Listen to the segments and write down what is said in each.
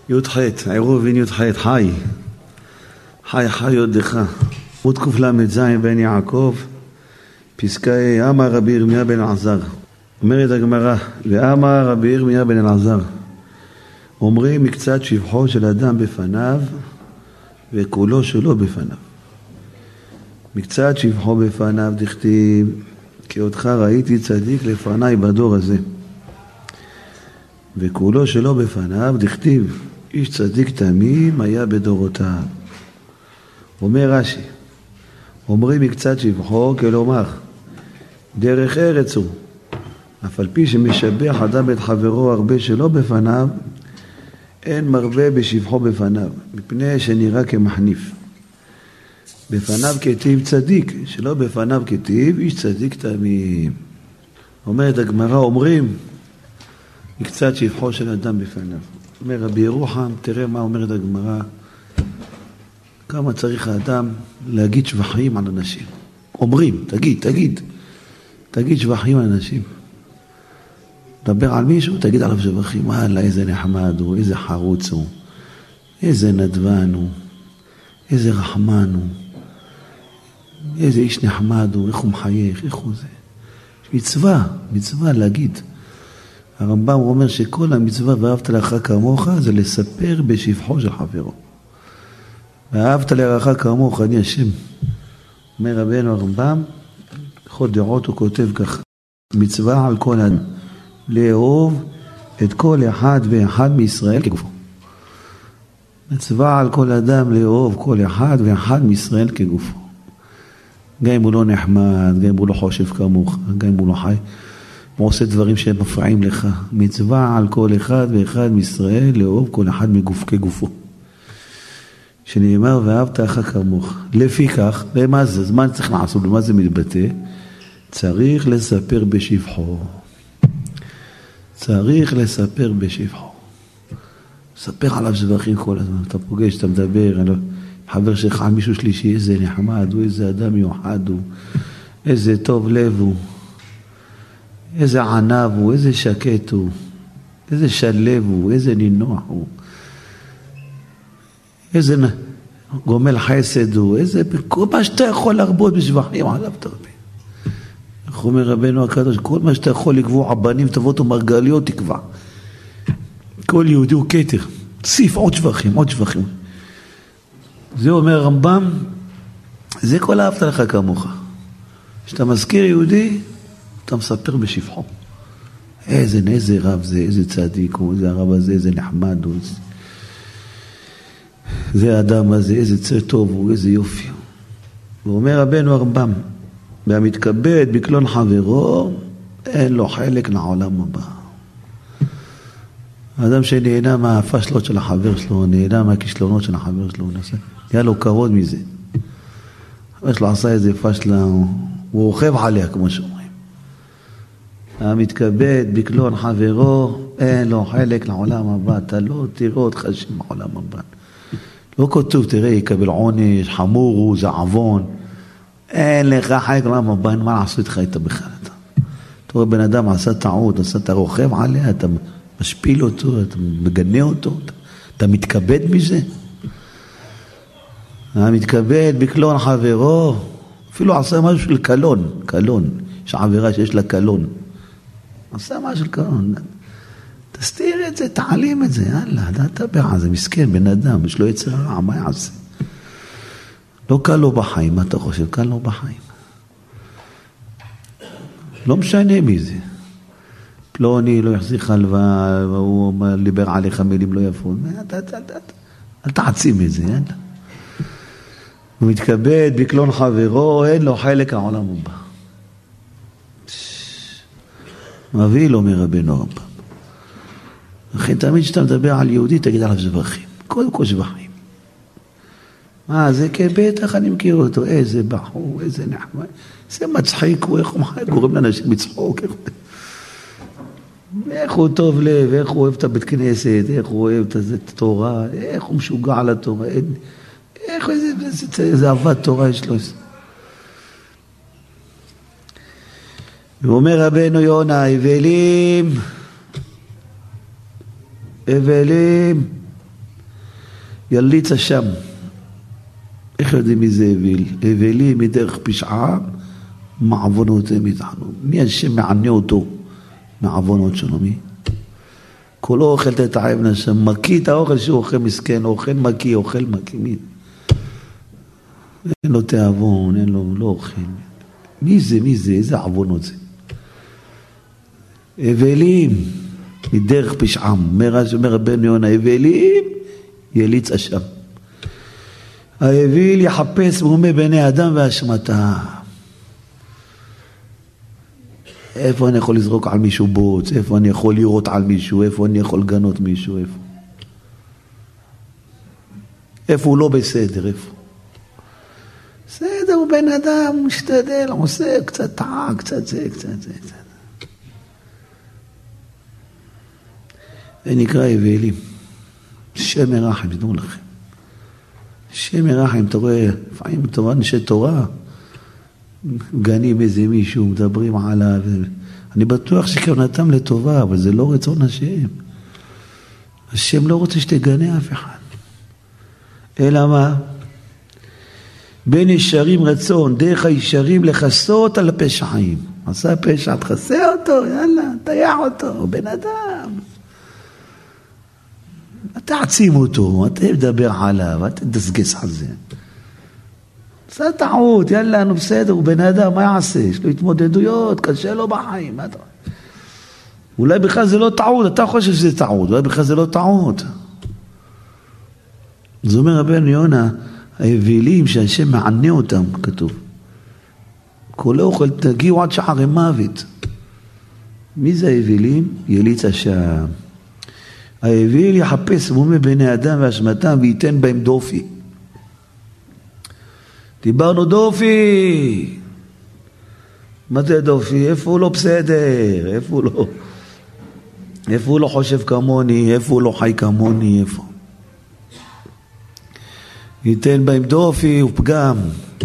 י"ח, עירובין י"ח, חי. חי חי יודך. עמוד קל"ז בן יעקב, פסקה ה', אמר רבי ירמיה בן אלעזר. אומרת הגמרא, ואמר רבי ירמיה בן אלעזר, אומרים מקצת שבחו של אדם בפניו וכולו שלו בפניו. מקצת שבחו בפניו דכתיב, כי אותך ראיתי צדיק לפניי בדור הזה. וכולו שלו בפניו דכתיב, איש צדיק תמים היה בדורותיו. אומר רש"י, אומרים מקצת שבחו, כלומר דרך ארץ הוא, אף על פי שמשבח אדם את חברו הרבה שלא בפניו, אין מרבה בשבחו בפניו, מפני שנראה כמחניף. בפניו כתיב צדיק, שלא בפניו כתיב איש צדיק תמים. אומרת הגמרא, אומרים מקצת שבחו של אדם בפניו. אומר רבי ירוחם, תראה מה אומרת הגמרא, כמה צריך האדם להגיד שבחים על אנשים. אומרים, תגיד שבחים על אנשים. דבר על מישהו, תגיד עליו שבחים. וואלה, איזה נחמד הוא, איזה חרוץ הוא, איזה נדבן הוא, איזה רחמן הוא, איזה איש נחמד הוא, איך הוא מחייך, איך הוא זה. מצווה להגיד. הרמב"ם אומר שכל המצווה ואהבת לך כמוך זה לספר בשבחו של חברו. ואהבת לך כמוך, אני השם. אומר רבנו הרמב"ם, בכל דעות הוא כותב כך, מצווה על כל אדם, לאהוב את כל אחד ואחד מישראל כגופו. מצווה על כל אדם לאהוב כל אחד ואחד מישראל כגופו. גם אם הוא לא נחמד, גם אם הוא לא חושב כמוך, גם אם הוא לא חי, הוא עושה דברים שהם מפריעים לך. מצווה על כל אחד ואחד מישראל לאהוב כל אחד כגופו. שנאמר ואהבת לך כמוך. לפי כך, ומה זה? מה צריך לעשות? ומה זה מתבטא? צריך לספר בשבחו. צריך לספר בשבחו. ספר עליו שבחים כל הזמן. אתה פוגש, אתה מדבר, חבר שלך על מישהו שלישי, איזה נחמד הוא, איזה אדם מיוחד הוא, איזה טוב לב הוא, איזה ענב הוא, איזה שקט הוא, איזה שלב הוא, איזה נינוח הוא, איזה גומל חסד הוא, איזה, כל מה שאתה יכול להרבות בשבחים עליו תרבה. איך אומר רבנו הקדוש, כל מה שאתה יכול לקבוע רבנים, טובות ומרגליות תקבע. כל יהודי הוא כתר, תוסיף עוד שבחים, עוד שבחים. זה אומר רמב"ם, זה כל אהבת לך כמוך. כשאתה מזכיר יהודי, אתה מספר בשבחו. איזה רב זה, איזה צדיק הוא, איזה הרב הזה, איזה נחמד הוא, זה האדם הזה, איזה צר טוב הוא, איזה יופי הוא. ואומר רבנו הרמב"ם, והמתכבד בקלון חברו, אין לו חלק לעולם הבא. האדם שנהנה מהפשלות של החבר שלו, נהנה מהכישלונות של החבר שלו, היה לו כבוד מזה. החבר שלו עשה איזה פשלה, הוא רוכב עליה, כמו שאומרים. המתכבד בקלון חברו, אין לו חלק לעולם הבא. אתה לא תראה אותך שם בעולם הבא. לא כתוב, תראה, יקבל עונש, חמור הוא, זה עוון. אין לך חלק לעולם הבא, מה לעשות איתך איתה בכלל? אתה רואה, בן אדם עשה טעות, אתה רוכב עליה, אתה משפיל אותו, אתה מגנה אותו, אתה מתכבד מזה. המתכבד בקלון חברו, אפילו עשה משהו של קלון, יש עבירה שיש לה קלון. עשה משהו של קלון. תסתיר את זה, תעלים את זה, יאללה, אתה בעד, זה מסכן, בן אדם, יש לו יצר רע, מה יעשה? לא קל לו בחיים, מה אתה חושב? קל לו בחיים. לא משנה מי זה. פלוני לא יחזיך הלוואה, והוא ליבר עליך מילים לא יפות. אל תעצים את זה, יאללה. הוא מתכבד בקלון חברו, אין לו חלק העולם הבא. מביא, אומר רבנו הרמב"ם. לכן תמיד שאתה מדבר על יהודי, תגיד עליו שבחים. קודם כל שבחים. זה כבטח, אני מכיר אותו. איזה בחור, איזה נחמד. זה מצחיק, איך הוא מחייק, גורם לאנשים מצחוק. איך הוא טוב לב, איך הוא אוהב את הבית כנסת, איך הוא אוהב את התורה, איך הוא משוגע על התורה. איך איזה אהבת תורה יש לו. ואומר רבנו יונה, אבלים, יליץ השם. איך יודעים מי זה אוויל? אווילי מדרך פשעה, מעוונותיהם יתחנו. מי השם מענה אותו מעוונות שלו? מי? כולו אוכל תתעב נשם, מקיא את האוכל שהוא אוכל מסכן, אוכל מקיא, מי? אין לו תאבון, אין לו, לא אוכל. מי זה? איזה עוונות זה? אבלים מדרך פשעם. אומר רבנו יונה, אבלים יליץ אשם. האוויל יחפש מומי בני אדם והשמתה. איפה אני יכול לזרוק על מישהו בוץ? איפה אני יכול לירות על מישהו? איפה אני יכול לגנות מישהו? איפה הוא לא בסדר? איפה? בסדר, הוא בן אדם, הוא משתדל, הוא עושה קצת טעה, קצת זה. זה נקרא אבלים. שם מרחם, תדעו לכם. שם מרחם, אתה רואה, לפעמים אתה רואה אנשי תורה, גנים איזה מישהו, מדברים עליו. אני בטוח שכוונתם לטובה, אבל זה לא רצון השם. השם לא רוצה שתגנה אף אחד. אלא מה? בין ישרים רצון, דרך הישרים לחסות על הפשעים. עשה פשע, תחסה אותו, יאללה, תייח אותו, הוא בן אדם. תעצים אותו, אתה מדבר עליו, אתה תדסגס על זה. עשה טעות, יאללה, נו בסדר, הוא בן אדם, מה יעשה? יש לו התמודדויות, קשה לו בחיים. אולי בכלל זה לא טעות, אתה חושב שזה טעות, אולי בכלל זה לא טעות. זאת אומר רבנו יונה, האווילים שהשם מענה אותם, כתוב. כל אוכל תגיעו עד שערי מוות. מי זה האווילים? יליץ השם. האוויל יחפש מומי בני אדם והשמתם וייתן בהם דופי. דיברנו דופי. מה זה דופי? איפה הוא לא בסדר? איפה הוא לא חושב כמוני? איפה הוא לא חי כמוני? איפה? ייתן בהם דופי ופגם.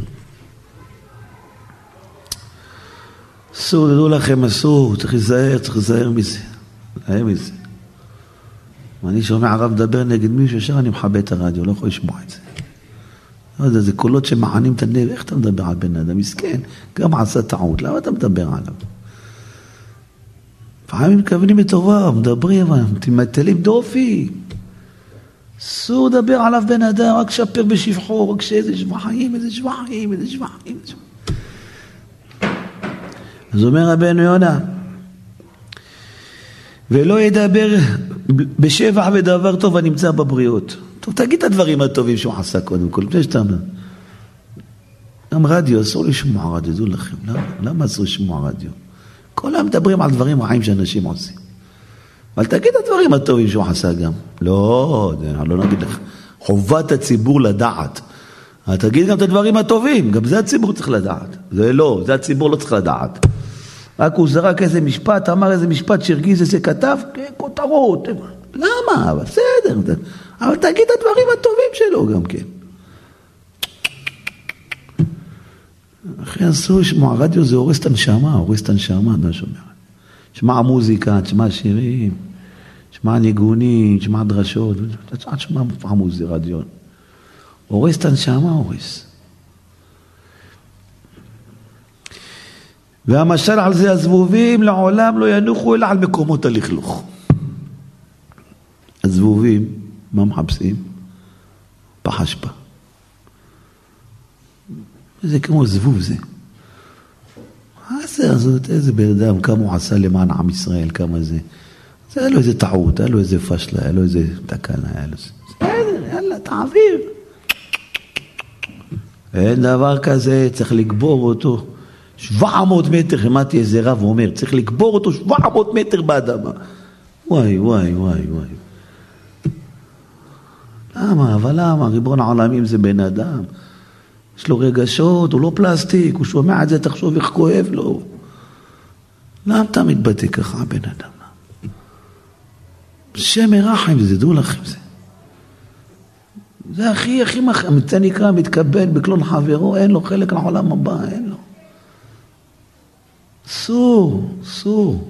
אסור, תדעו לכם, אסור. צריך להיזהר מזה. אני שומע הרב מדבר נגד מישהו, ישר אני מכבה את הרדיו, לא יכול לשמוע את זה. לא יודע, זה קולות שמענים את הנב, איך אתה מדבר על בן אדם? מסכן, גם עשה טעות, למה אתה מדבר עליו? פעמים מכוונים לטובה, מדברים, מטלים דופי. אסור לדבר עליו בן אדם, רק שפר בשבחו, רק שאיזה שבחיים. אז אומר רבנו יונה, ולא ידבר בשבח ודבר טוב הנמצא בבריאות. טוב, תגיד את הדברים הטובים שהוא עשה קודם כל. לפני שאתה אומר. גם רדיו, אסור לשמוע רדיו, זו לכם. למה אסור לשמוע רדיו? כל היום מדברים על דברים רעים שאנשים עושים. אבל תגיד את הדברים הטובים שהוא עשה גם. לא נגיד לך. חובת הציבור לדעת. תגיד גם את הדברים הטובים. גם זה הציבור צריך לדעת. זה הציבור לא צריך לדעת. רק הוא זרק איזה משפט, אמר איזה משפט שהרגיז איזה כתב, כותרות. למה? בסדר. אבל תגיד את הדברים הטובים שלו גם כן. אחרי אסור לשמוע, הרדיו זה הורס את הנשמה, אתה שומע. שמע מוזיקה, שמע שירים, שמע ניגונים, שמע דרשות, שמע פעמוס זה רדיו. הורס את הנשמה, הורס. והמשל על זה הזבובים לעולם לא ינוחו אלא על מקומות הלכלוך. הזבובים, מה מחפשים? פח אשפה. זה כמו זבוב זה. איזה בן אדם, כמה הוא עשה למען עם ישראל, כמה זה. זה היה לו איזה טעות, היה לו איזה פשלה, היה לו איזה תקנה, היה לו זה. בסדר, יאללה, תעביר. אין דבר כזה, צריך לגבור אותו. 700 מטר, שמעתי איזה רב אומר, צריך לקבור אותו 700 מטר באדמה. וואי. למה? ריבון העולמים זה בן אדם. יש לו רגשות, הוא לא פלסטיק, הוא שומע את זה, תחשוב איך כואב לו. למה אתה מתבטא ככה, בן אדם? שם מרחם, זה דעו לכם זה. זה הכי זה נקרא מתקבל בקלון חברו, אין לו חלק לעולם הבא, אין לו. אסור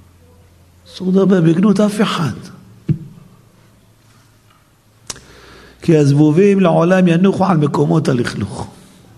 לדבר בגנות אף אחד. כי הזבובים לעולם ינוחו על מקומות הלכלוך.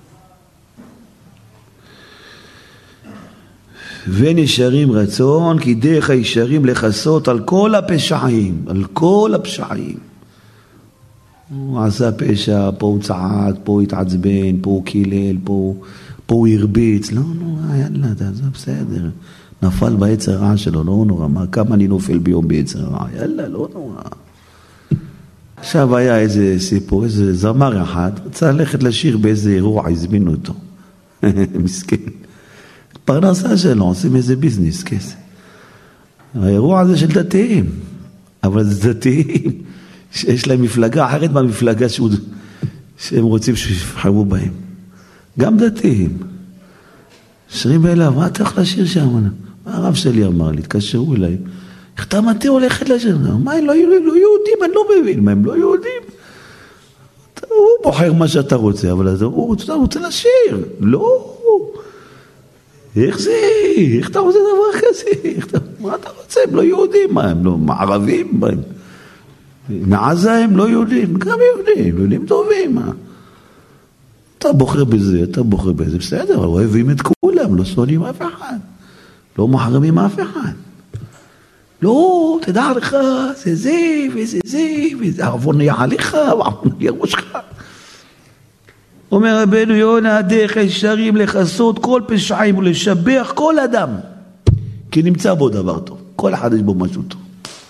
ונשארים רצון, כי דרך הישרים לחסות על כל הפשעים, על כל הפשעים. הוא עשה פשע, פה הוא צעק, פה הוא התעצבן, פה הוא קילל, פה הוא הרביץ. לא נורא, יאללה, זה בסדר. נפל ביצר רע שלו, לא נורא. כמה אני נופל ביום ביצר רע? יאללה, לא נורא. עכשיו היה איזה סיפור, איזה זמר אחד, רצה ללכת לשיר באיזה אירוע, הזמינו אותו. מסכן. פרנסה שלו, עושים איזה ביזנס, כסף. האירוע הזה של דתיים, אבל זה דתיים שיש להם מפלגה אחרת מהמפלגה שהם רוצים שיבחרו בהם. גם דתיים. שרים אליו, מה אתה הולך לשיר שם? הרב שלי אמר לי, תקשרו אליי. איך אתה מתי הולכת לשיר? מה, הם לא יהודים, אני לא מבין, מה הם לא יהודים? הוא בוחר מה שאתה רוצה, אבל הוא רוצה לשיר. לא. איך זה? איך אתה רוצה דבר כזה? מה אתה רוצה? הם לא יהודים, מה? הם לא מערבים? מעזה הם לא יהודים, גם יהודים טובים, מה? אתה בוחר בזה, בסדר, אבל אוהבים את כולם, לא שונאים אף אחד, לא מחרמים אף אחד. לא, תדע לך, זה, וזה ערבון יעליך, וערבון ירושך. אומר רבנו יונה, דרך הישרים לחסות כל פשעים ולשבח כל אדם, כי נמצא בו דבר טוב, כל אחד יש בו משהו טוב.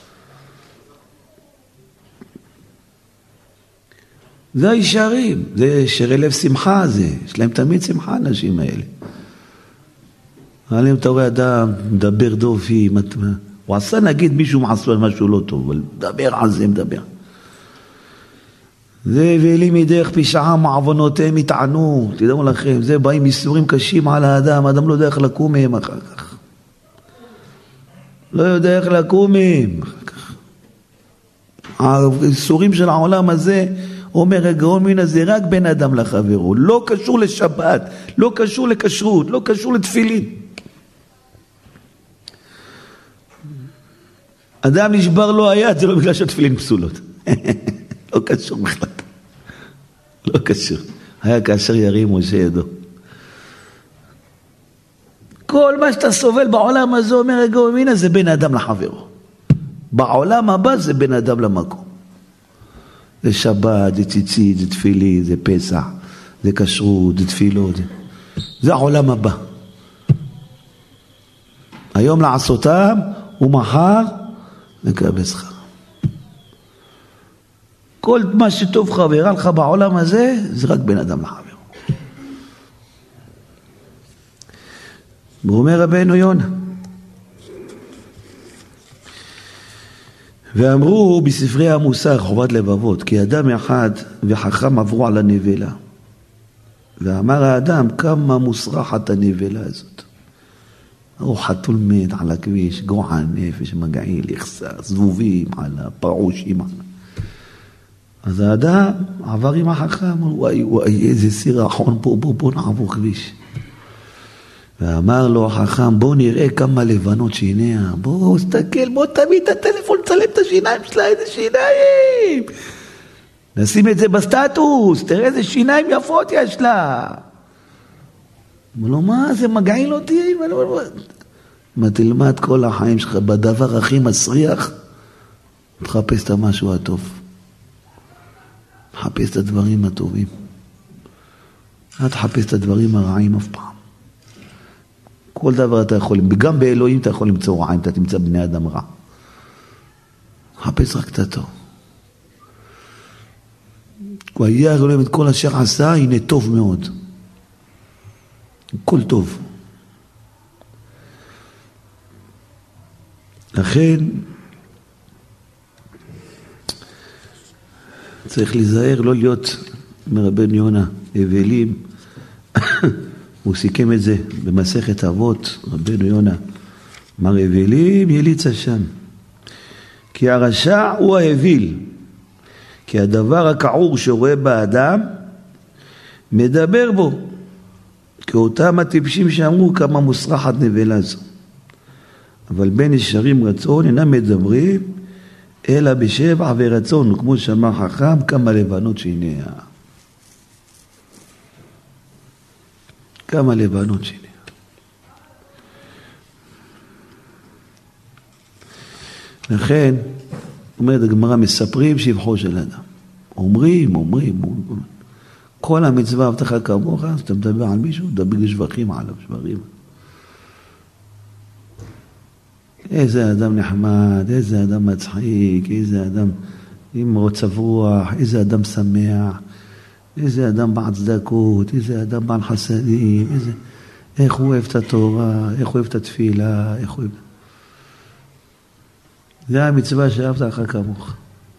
זה הישרים, זה ישרי לב שמחה, זה יש להם תמיד שמחה, האנשים האלה. עליהם אתה רואה אדם מדבר דופי, הוא עשה נגיד מישהו מעשו על משהו לא טוב, אבל מדבר על זה, מדבר. זה ואלים מדרך פשעם מעוונותיהם יטענו, תדעו לכם, זה באים איסורים קשים על האדם, האדם לא יודע איך לקום מהם אחר כך. לא יודע איך לקום מהם אחר כך. האיסורים של העולם הזה, אומר הגאון מן הזה, רק בין אדם לחברו, לא קשור לשבת, לא קשור לכשרות, לא קשור לתפילין. אדם נשבר לו היד, זה לא בגלל שהתפילין פסולות. לא קשור בכלל. לא קשור. היה כאשר ירים משה ידו. כל מה שאתה סובל בעולם הזה, אומר הגאון מן הזה, בין אדם לחברו. בעולם הבא זה בין אדם למקום. זה שבת, זה ציצית, זה תפילין, זה פסח, זה כשרות, זה תפילות. זה העולם הבא. היום לעשותם ומחר לקבל שכר. כל מה שטוב חברה לך בעולם הזה, זה רק בין אדם לחברו. ואומר רבנו יונה, ואמרו בספרי המוסר חובת לבבות, כי אדם אחד וחכם עברו על הנבלה. ואמר האדם, כמה מוסרחת הנבלה הזאת. הוא חתול מת על הכביש, גועל נפש, מגעיל, יחסה, זבובים על הפרושים. אז האדם עבר עם החכם, וואי, איזה סירחון פה, בוא נעבור כביש. ואמר לו החכם, בוא נראה כמה לבנות שיניה, בוא תסתכל, בוא תביא את הטלפון, צלם את השיניים שלה, איזה שיניים. נשים את זה בסטטוס, תראה איזה שיניים יפות יש לה. אמר לו, מה זה מגעיל אותי? מה תלמד כל החיים שלך בדבר הכי מסריח, תחפש את המשהו הטוב. תחפש את הדברים הטובים. אל תחפש את הדברים הרעים אף פעם. כל דבר אתה יכול, גם באלוהים אתה יכול למצוא רעים, אתה תמצא בני אדם רע. חפש רק את הטוב. הוא היה אלוהים את כל אשר עשה, הנה טוב מאוד. הכל טוב. לכן, צריך להיזהר, לא להיות מרבן יונה, אבלים. הוא סיכם את זה במסכת אבות, רבנו יונה. אמר אבלים יליץ עשן. כי הרשע הוא האוויל. כי הדבר הכעור שרואה באדם, מדבר בו. כאותם הטיפשים שאמרו כמה מוסרחת נבלה זו. אבל בין ישרים רצון אינם מדברים, אלא בשבח ורצון, וכמו שאמר חכם, כמה לבנות שיניה. כמה לבנות שיניה. לכן, אומרת הגמרא, מספרים שבחו של אדם. אומרים. כל המצווה הבטחה כמוך, אז אתה מדבר על מישהו, מדבר שבחים עליו, שבחים. איזה אדם נחמד, איזה אדם מצחיק, איזה אדם עם מצב רוח, איזה אדם שמח, איזה אדם בעל צדקות, איזה אדם בעל חסדים, איך הוא אוהב את התורה, איך הוא אוהב את התפילה, איך הוא אוהב... זה המצווה שאהבת לך כמוך.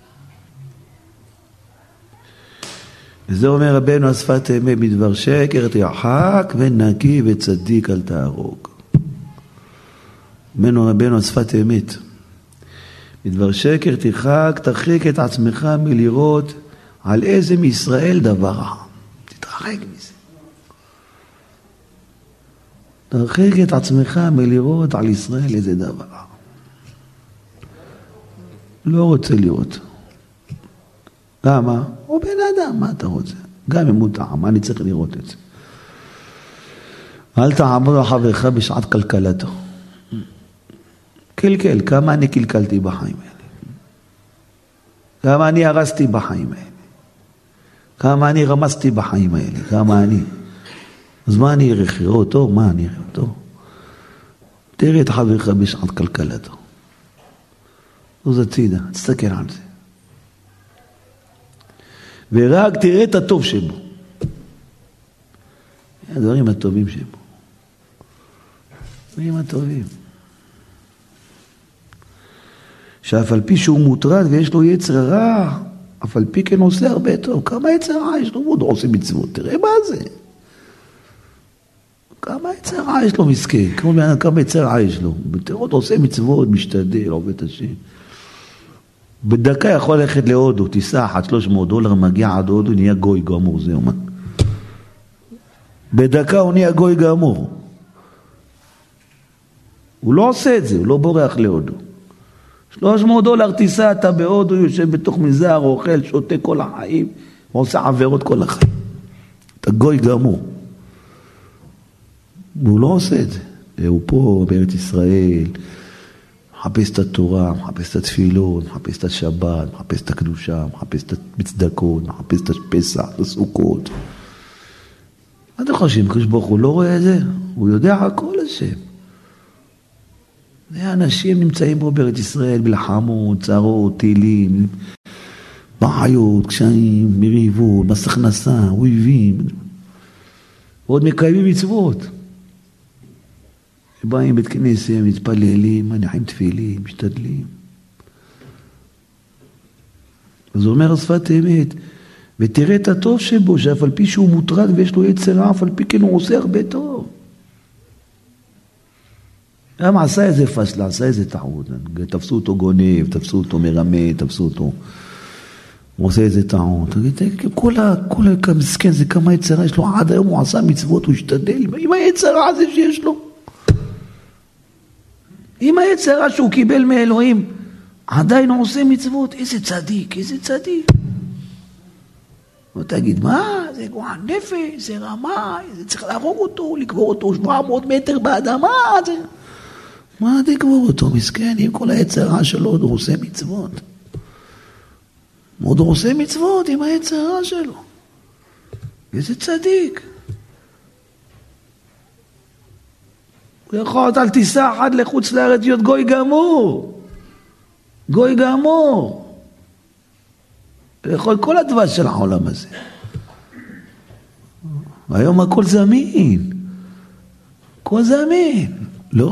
וזה אומר רבנו השפת אמת, בדבר שקר תרחק ונקי וצדיק אל תהרוג. רבנו השפת אמת, בדבר שקר תרחיק את עצמך מלראות על איזה מישראל דבר רע. תתרחק מזה. תרחיק את עצמך מלראות על ישראל איזה דבר רע. לא רוצה לראות. למה? הוא בן אדם, מה אתה רוצה? גם אם הוא טעם, מה אני צריך לראות את זה? אל תעמוד לחברך בשעת כלכלתו. קלקל, כמה אני קלקלתי בחיים האלה? כמה אני הרסתי בחיים האלה? כמה אני רמסתי בחיים האלה? כמה אני? אז מה אני אראה אותו? מה אני אראה אותו? תראה את חברך בשעת כלכלתו. אז הצידה, תסתכל על זה. ורק תראה את הטוב שבו. הדברים הטובים שבו. הדברים הטובים. שאף על פי שהוא מוטרד ויש לו יצר רע, אף על פי כן עושה הרבה טוב. כמה יצר רע יש לו? הוא עושה מצוות. תראה מה זה. כמה יצר רע יש לו מסכן. כמה יצר רע יש לו. תראה, עושה מצוות, משתדל, עובד השם. בדקה יכול ללכת להודו, טיסה אחת, $300, מגיע עד הודו, נהיה גוי גמור, זה אומן. בדקה הוא נהיה גוי גמור. הוא לא עושה את זה, הוא לא בורח להודו. $300 טיסה, אתה בהודו, יושב בתוך מזר, אוכל, שותה כל החיים, ועושה עבירות כל החיים. אתה גוי גמור. והוא לא עושה את זה. הוא פה בארץ ישראל, מחפש את התורה, מחפש את התפילות, מחפש את השבת, מחפש את הקדושה, מחפש את המצדקות, מחפש את הפסח, את הסוכות. מה אתה חושב, הקדוש ברוך הוא לא רואה את זה? הוא יודע הכל השם. אנשים נמצאים פה בארץ ישראל, מלחמות, צרות, טילים, בעיות, קשיים, מריבות, מס הכנסה, אויבים. ועוד מקיימים מצוות. באים בית כנסת, מתפללים, מניחים תפילים, משתדלים. אז הוא אומר שפת אמת, ותראה את הטוב שבו, שאף על פי שהוא מוטרד ויש לו יצר רע, אף על פי כן הוא עושה הרבה טוב. גם עשה איזה פסלה, עשה איזה טעות. תפסו אותו גונב, תפסו אותו מרמה, תפסו אותו... הוא עושה איזה טעות. כל המסכן זה כמה יצר רע יש לו, עד היום הוא עשה מצוות, הוא השתדל, עם היצר רע הזה שיש לו. עם היצר רע שהוא קיבל מאלוהים, עדיין הוא עושה מצוות, איזה צדיק, איזה צדיק. ותגיד, מה? זה גועל נפש, זה רמה, זה צריך להרוג אותו, לקבור אותו 700 מטר באדמה. זה... מה תקבור אותו, מסכן, עם כל היצר רע שלו, הוא עושה מצוות. עוד הוא עושה מצוות עם היצר רע שלו. איזה צדיק. הוא יכול על טיסה אחת לחוץ לארץ להיות גוי גמור. גוי גמור. יכול כל הדבש של העולם הזה. היום הכל זמין. הכל זמין. לא.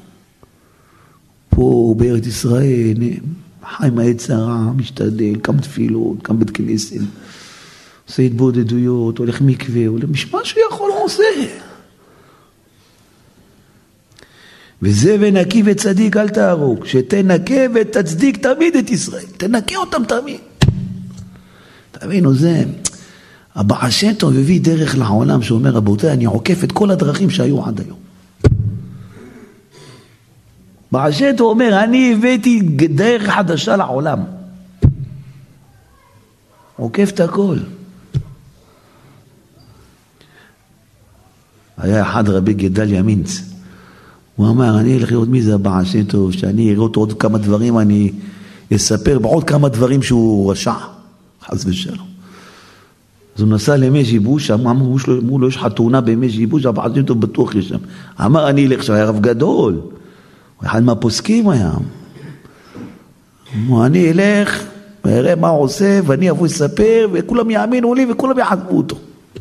פה בארץ ישראל, חי עם היצר רע, משתדל, קם תפילות, קם בית כנסת, עושה התבודדויות, הולך מקווה, הולך משמע שהוא יכול לעושה. וזה ונקי וצדיק אל תהרוג, שתנקה ותצדיק תמיד את ישראל, תנקה אותם תמיד. תבינו, זה, הבעל שם טוב הביא דרך לעולם שאומר, רבותיי, אני עוקף את כל הדרכים שהיו עד היום. בעל שם טוב אומר, אני הבאתי דרך חדשה לעולם. עוקף את הכל. היה אחד רבי גדליה מינץ. הוא אמר, אני אלך לראות מי זה הבעל שם טוב, שאני אראה אותו עוד כמה דברים, אני אספר בעוד כמה דברים שהוא רשע. חס ושלום. אז הוא נסע לימי ז'יבוש, אמרו לו, יש חתונה בימי ז'יבוש, הבעל שם טוב בטוח יש שם. אמר, אני אלך, שהיה רב גדול. הוא אחד מהפוסקים היה. אמרו, אני אלך, ואראה מה הוא עושה, ואני אבוא לספר, וכולם יאמינו לי, וכולם יחתמו אותו.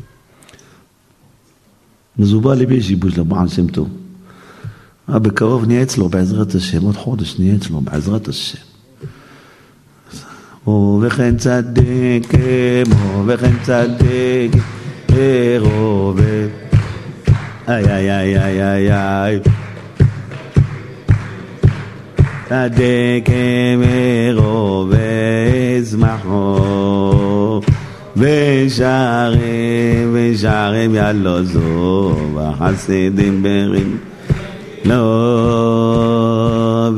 אז הוא בא לימי ז'יבוש, לבעל שם טוב. בקרוב נהיה אצלו בעזרת השם, עוד חודש נהיה אצלו בעזרת השם. וכן צדק, וכן צדק, רובה. איי איי איי איי איי איי. צדק רובה זמחו, ושערים ילוזו, וחסידים ברים. לא,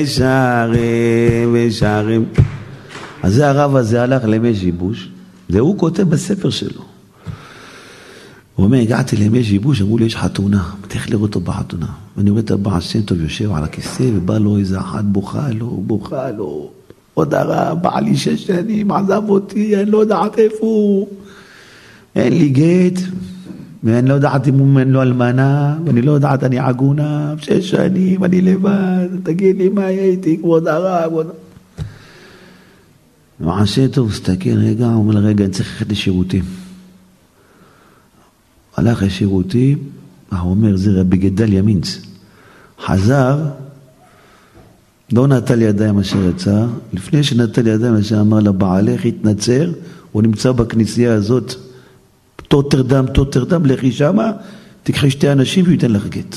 ושערים. אז זה הרב הזה הלך לימי ז'יבוש, והוא כותב בספר שלו. הוא אומר, הגעתי לימי ז'יבוש, אמרו לי, יש חתונה, תלך לראות אותו בחתונה. ואני רואה את הבעל שם טוב יושב על הכיסא, ובא לו איזה אחת, בוכה לו. עוד הרב, בעלי 6 שנים, עזב אותי, אני לא יודעת איפה הוא. אין לי גט, ואני לא יודעת אם הוא לא אלמנה, ואני לא יודעת, אני עגונה, 6 שנים, אני לבד, תגיד לי מה הייתי, כבוד הרב, ובעל שם טוב, הסתכל רגע, הוא אומר רגע, אני צריך ללכת לשירותים. הלך לשירותים, הוא אומר, זה רבי גדליה מינץ. חזר, לא נטל ידיים אשר יצא, לפני שנטל ידיים אשר אמר לבעלך, התנצר, הוא נמצא בכנסייה הזאת, טוטרדם, לכי שמה, תקחי 2 אנשים וייתן לך גט.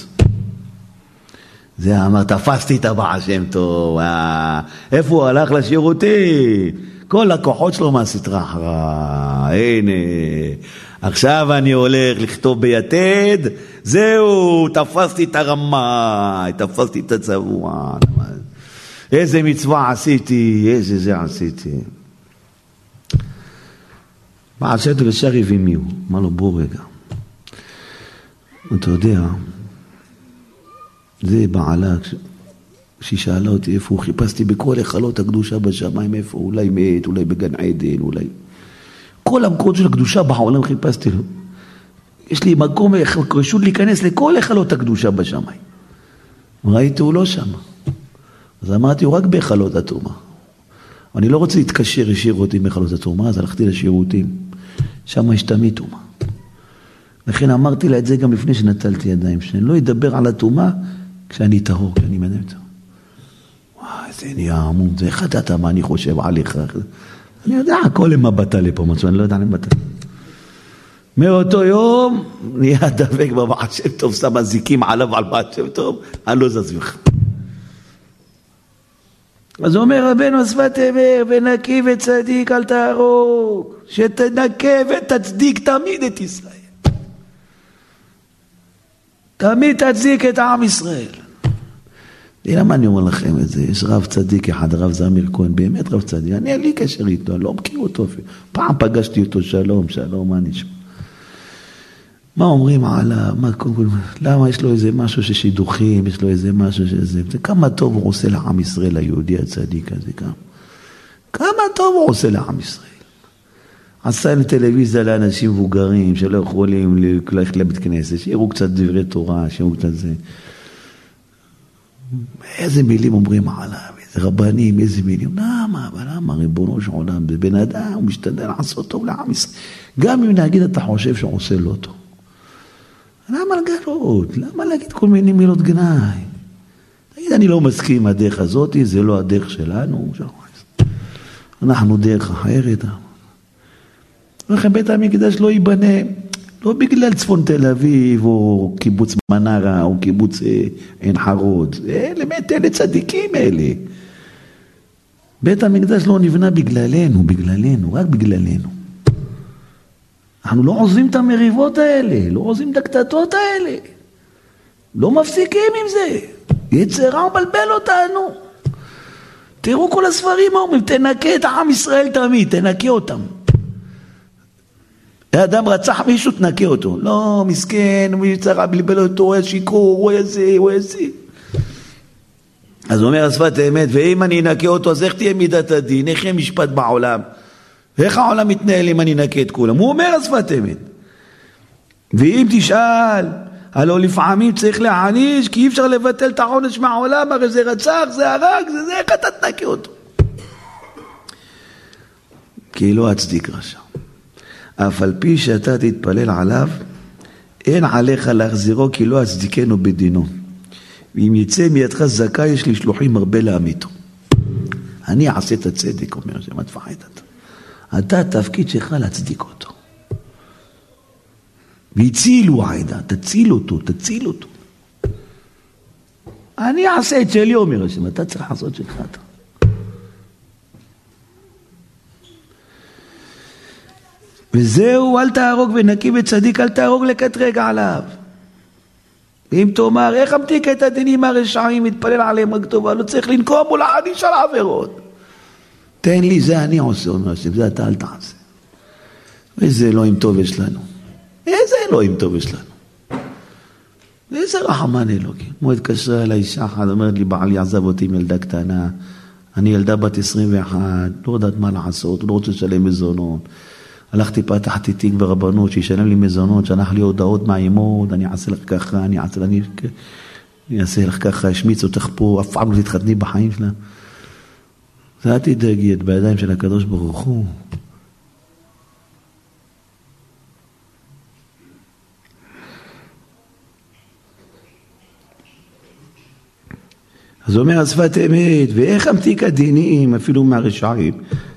זה אמר, תפסתי את הבעל שם טוב, איפה הוא הלך לשירותי? כל הכוחות שלו מהסטרה אחרה, הנה, עכשיו אני הולך לכתוב ביתד, זהו, תפסתי את הרמה, תפסתי את הצבוע, איזה מצווה עשיתי, איזה זה עשיתי. בעל שם טוב ישר הבין מי הוא, אמר לו בוא רגע, אתה יודע, זה בעלה, כשהיא שאלה אותי איפה הוא, חיפשתי בכל היכלות הקדושה בשמיים, איפה, אולי מת, אולי בגן עדן, אולי... כל המקומות של הקדושה בעולם חיפשתי לו. יש לי מקום, רשות להיכנס לכל היכלות הקדושה בשמיים. ראיתי, הוא לא שם. אז אמרתי, הוא רק בהיכלות התרומה. אני לא רוצה להתקשר ישירות עם היכלות התרומה, אז הלכתי לשירותים. שם יש תמיד תרומה. לכן אמרתי לה את זה גם לפני שנטלתי ידיים, שאני לא אדבר על התרומה כשאני טהור, כשאני מנהל אותו. וואי, זה נהיה עמום, זה איך אתה מה אני חושב עליך. אני יודע, הכל הם הבטה לפה, מצוא, אני לא יודע להם בטה. מאותו יום, נהיה דבק בבעל שם טוב, שם הזיקים עליו על בעל שם טוב, אני לא זז ממך. אז הוא אומר, רבנו השפת אמר, ונקי וצדיק אל תהרוג, שתנקה ותצדיק תמיד את ישראל. תמיד תצדיק את עם ישראל. למה אני אומר לכם את זה? יש רב צדיק אחד, רב זמיר כהן, באמת רב צדיק. אני אין לי קשר איתו, אני לא מכיר אותו. פעם פגשתי אותו, שלום, מה נשמע? מה אומרים עליו? למה יש לו איזה משהו ששידוכים, יש לו איזה משהו שזה... כמה טוב הוא עושה לעם ישראל, היהודי הצדיק הזה, כמה טוב הוא עושה לעם ישראל. עשה לטלוויזיה לאנשים מבוגרים שלא יכולים ללכת לבית כנסת, שיראו קצת דברי תורה, שיראו קצת זה. איזה מילים אומרים עליו, איזה רבנים, איזה מילים. למה, ריבונו של עולם, זה בן אדם, הוא משתדל לעשות טוב לעם ישראל. גם אם נגיד אתה חושב שהוא עושה לא טוב. למה לגלות? למה להגיד כל מיני מילות גנאי? תגיד, אני לא מסכים עם הדרך הזאת, זה לא הדרך שלנו. אנחנו דרך אחרת. לכן בית המקדש לא ייבנה, לא בגלל צפון תל אביב, או קיבוץ מנרה, או קיבוץ עין חרוד. אלה צדיקים אלה. בית המקדש לא נבנה בגללנו, רק בגללנו. אנחנו לא עוזבים את המריבות האלה, לא עוזבים את הקטטות האלה. לא מפסיקים עם זה. יצר רע מבלבל אותנו. תראו כל הספרים אומרים, תנקה את עם ישראל תמיד, תנקה אותם. האדם רצח מישהו, תנקה אותו. לא, מסכן, יצר רע בלבל אותו, הוא היה שיקור, הוא היה זה, הוא היה זה. אז הוא אומר השפת האמת, ואם אני אנקה אותו, אז איך תהיה מידת הדין? איך יהיה משפט בעולם? ואיך העולם מתנהל אם אני אנקה את כולם? הוא אומר השפת האמת. ואם תשאל, הלא לפעמים צריך להעניש, כי אי אפשר לבטל את העונש מהעולם, הרי זה רצח, זה הרג, זה איך אתה תנקה אותו? כי לא אצדיק רשע. אף על פי שאתה תתפלל עליו, אין עליך להחזירו, כי לא אצדיקנו בדינו. ואם יצא מידך זכה, יש לי שלוחים הרבה להמיתו. אני אעשה את הצדק, אומר השם, מה תפחד אתה? התפקיד שלך להצדיק אותו. והצילו העדה, תציל אותו, תציל אותו. אני אעשה את שלי, אומר השם, אתה צריך לעשות שלך אתה. וזהו, אל תהרוג ונקי וצדיק, אל תהרוג לקטרג עליו. אם תאמר, איך אמתיק את הדינים הרשעים, מתפלל עליהם רק טובה, לא צריך לנקום ולעניש על עבירות. תן לי, זה אני עושה, אומר השם, זה אתה אל תעשה. ואיזה אלוהים טוב יש לנו. איזה אלוהים טוב יש לנו. ואיזה רחמן אלוהים. כמו התקשרה אליי אישה אחת, אומרת לי, בעלי עזב אותי עם ילדה קטנה, אני ילדה בת 21, לא יודעת מה לעשות, לא רוצה לשלם מזונות. הלכתי, פתחתי תיק ברבנות, שישלם לי מזונות, שלח לי הודעות מהעימות, אני אעשה לך ככה, אני אעשה לך ככה, השמיץ אותך פה, אף פעם לא תתחתני בחיים שלה. זה תדאגי, את בידיים של הקדוש ברוך הוא. אז אומר השפת אמת, ואיך אמתיק הדינים, אפילו מהרשעים,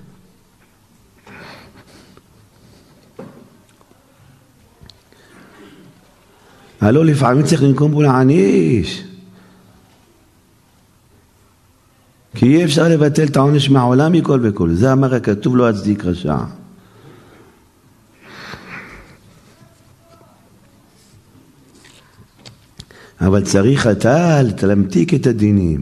הלא לפעמים צריך לנקום בו להעניש. כי אי אפשר לבטל את העונש מהעולם מכל וכל. זה אמר הכתוב, לא אצדיק רשע. אבל צריך אתה להמתיק את הדינים.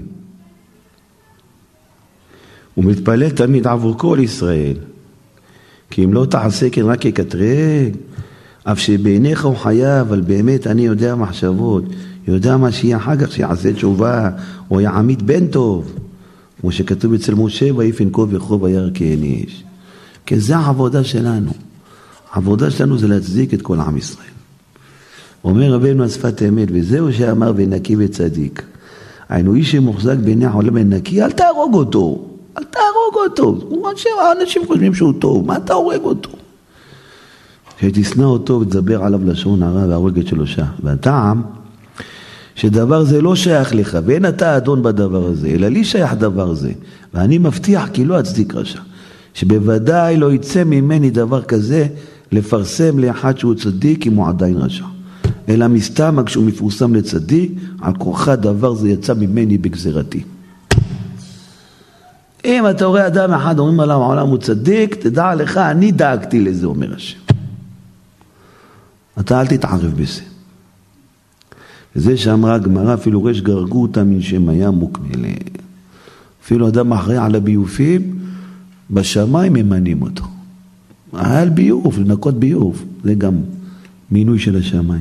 הוא מתפלל תמיד עבור כל ישראל. כי אם לא תעשה כן רק יקטרג, אף שבעיניך הוא חייב, אבל באמת אני יודע מחשבות, יודע מה שיהיה אחר כך, שיעשה תשובה, או יעמית בן טוב, כמו שכתוב אצל משה, ויפן כה וכה וירא כאיש. כי זה העבודה שלנו. העבודה שלנו זה להצדיק את כל עם ישראל. אומר רבנו השפת האמת, וזהו שאמר ונקי וצדיק. היינו איש שמוחזק בעיני העולם ונקי, אל תהרוג אותו. אל תהרוג אותו. אנשים חושבים שהוא טוב, מה אתה הורג אותו? שתשנא אותו ותדבר עליו לשון הרע וההורגת שלו שם. והטעם שדבר זה לא שייך לך, ואין אתה אדון בדבר הזה, אלא לי שייך דבר זה. ואני מבטיח כי לא אצדיק רשע. שבוודאי לא יצא ממני דבר כזה לפרסם לאחד שהוא צדיק אם הוא עדיין רשע. אלא מסתם כשהוא מפורסם לצדיק, על כורחה דבר זה יצא ממני בגזרתי. אם אתה רואה אדם אחד אומרים עליו העולם הוא צדיק, תדע לך, אני דאגתי לזה, אומר השם. אתה אל תתערב בזה. וזה שאמרה הגמרא, אפילו רש גרגו אותה מן שם היה מוקמלה. אפילו אדם אחראי על הביופים, בשמיים ממנים אותו. על ביוף, לנקות ביוף, זה גם מינוי של השמיים.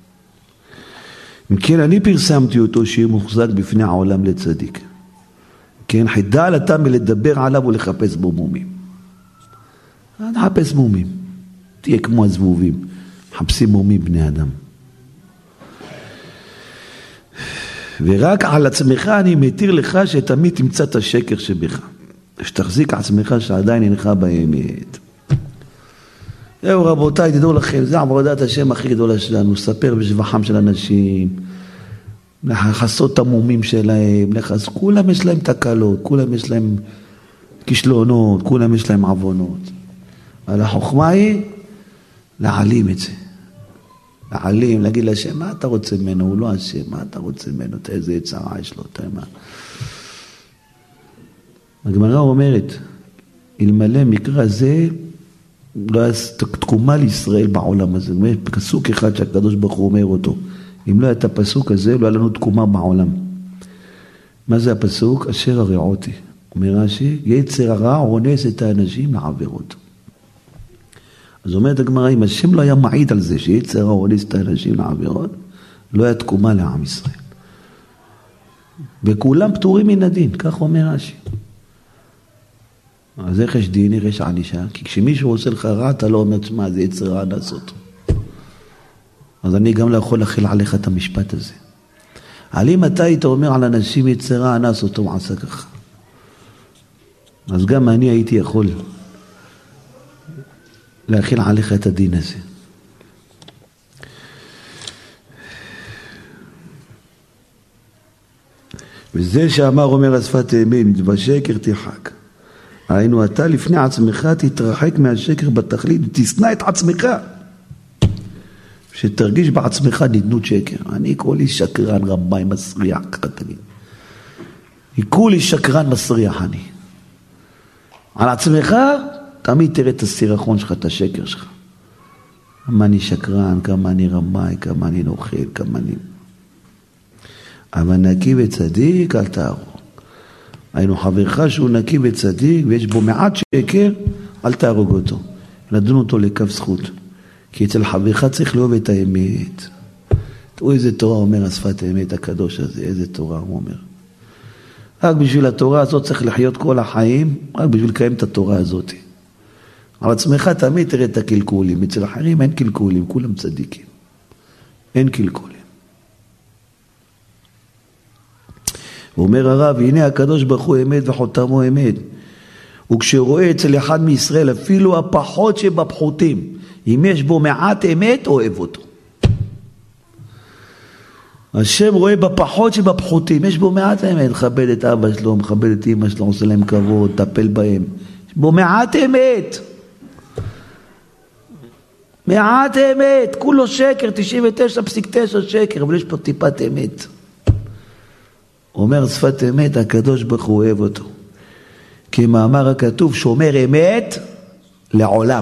אם כן, אני פרסמתי אותו שיהיה מוחזק בפני העולם לצדיק. כן, חידל אתה מלדבר עליו ולחפש בו מומים. תחפש מומים. תהיה כמו הזבובים. מחפשים מומים בני אדם. ורק על עצמך אני מתיר לך שתמיד תמצא את השקר שבך. שתחזיק עצמך שעדיין אינך באמת. זהו רבותיי, תדעו לכם, זה עבודת השם הכי גדולה שלנו, לספר בשבחם של אנשים, לחסות את המומים שלהם, כולם יש להם תקלות, כולם יש להם כישלונות, כולם יש להם עוונות. אבל החוכמה היא להעלים את זה. להעלים, להגיד להשם, מה אתה רוצה ממנו? הוא לא השם, מה אתה רוצה ממנו? איזה יצרה יש לו, מה? הגמרא אומרת, אלמלא מקרא זה, לא היה תקומה לישראל בעולם הזה. זאת אומרת, פסוק אחד שהקדוש ברוך הוא אומר אותו. אם לא היה את הפסוק הזה, לא היה לנו תקומה בעולם. מה זה הפסוק? אשר הרעותי. אומר רש"י, יצר הרע אונס את האנשים לעבירות. אז אומרת הגמרא, אם השם לא היה מעיד על זה שיצר הרע אונס את האנשים לעבירות, לא היה תקומה לעם ישראל. וכולם פטורים מן הדין, כך אומר רש"י. אז איך יש דין, איך יש ענישה? כי כשמישהו עושה לך רע, אתה לא אומר, תשמע, זה יצר רע לעשות. אז אני גם לא יכול להחיל עליך את המשפט הזה. אבל אם אתה היית אומר על אנשים יצר רע, אנס אותו ועשה ככה. אז גם אני הייתי יכול להחיל עליך את הדין הזה. וזה שאמר אומר השפת אמת, בשקר תרחק. היינו אתה לפני עצמך תתרחק מהשקר בתכלית, תשנא את עצמך. שתרגיש בעצמך נדנות שקר. אני כולי שקרן רמאי מסריח, ככה תגיד. אני כולי שקרן מסריח אני. על עצמך, תמיד תראה את הסירחון שלך, את השקר שלך. כמה אני שקרן, כמה אני רמאי, כמה אני נוכל, כמה אני... אבל נקי וצדיק, אל תהרוג. היינו חברך שהוא נקי וצדיק, ויש בו מעט שקר, אל תהרוג אותו. לדון אותו לקו זכות. כי אצל חברך צריך לאהוב את האמת. תראו איזה תורה אומר השפת האמת הקדוש הזה, איזה תורה הוא אומר. רק בשביל התורה הזאת צריך לחיות כל החיים, רק בשביל לקיים את התורה הזאת. על עצמך תמיד תראה את הקלקולים, אצל אחרים אין קלקולים, כולם צדיקים. אין קלקולים. ואומר הרב, הנה הקדוש ברוך הוא אמת וחותמו אמת. וכשרואה אצל אחד מישראל, אפילו הפחות שבפחותים, אם יש בו מעט אמת, אוהב אותו. השם רואה בפחות שבפחותים, יש בו מעט אמת, מכבד את אבא שלו, מכבד את אמא שלו, עושה להם כבוד, טפל בהם. יש בו מעט אמת. מעט אמת, כולו שקר, 99.9 שקר, אבל יש פה טיפת אמת. אומר שפת אמת, הקדוש ברוך הוא אוהב אותו. כי מאמר הכתוב שומר אמת לעולם.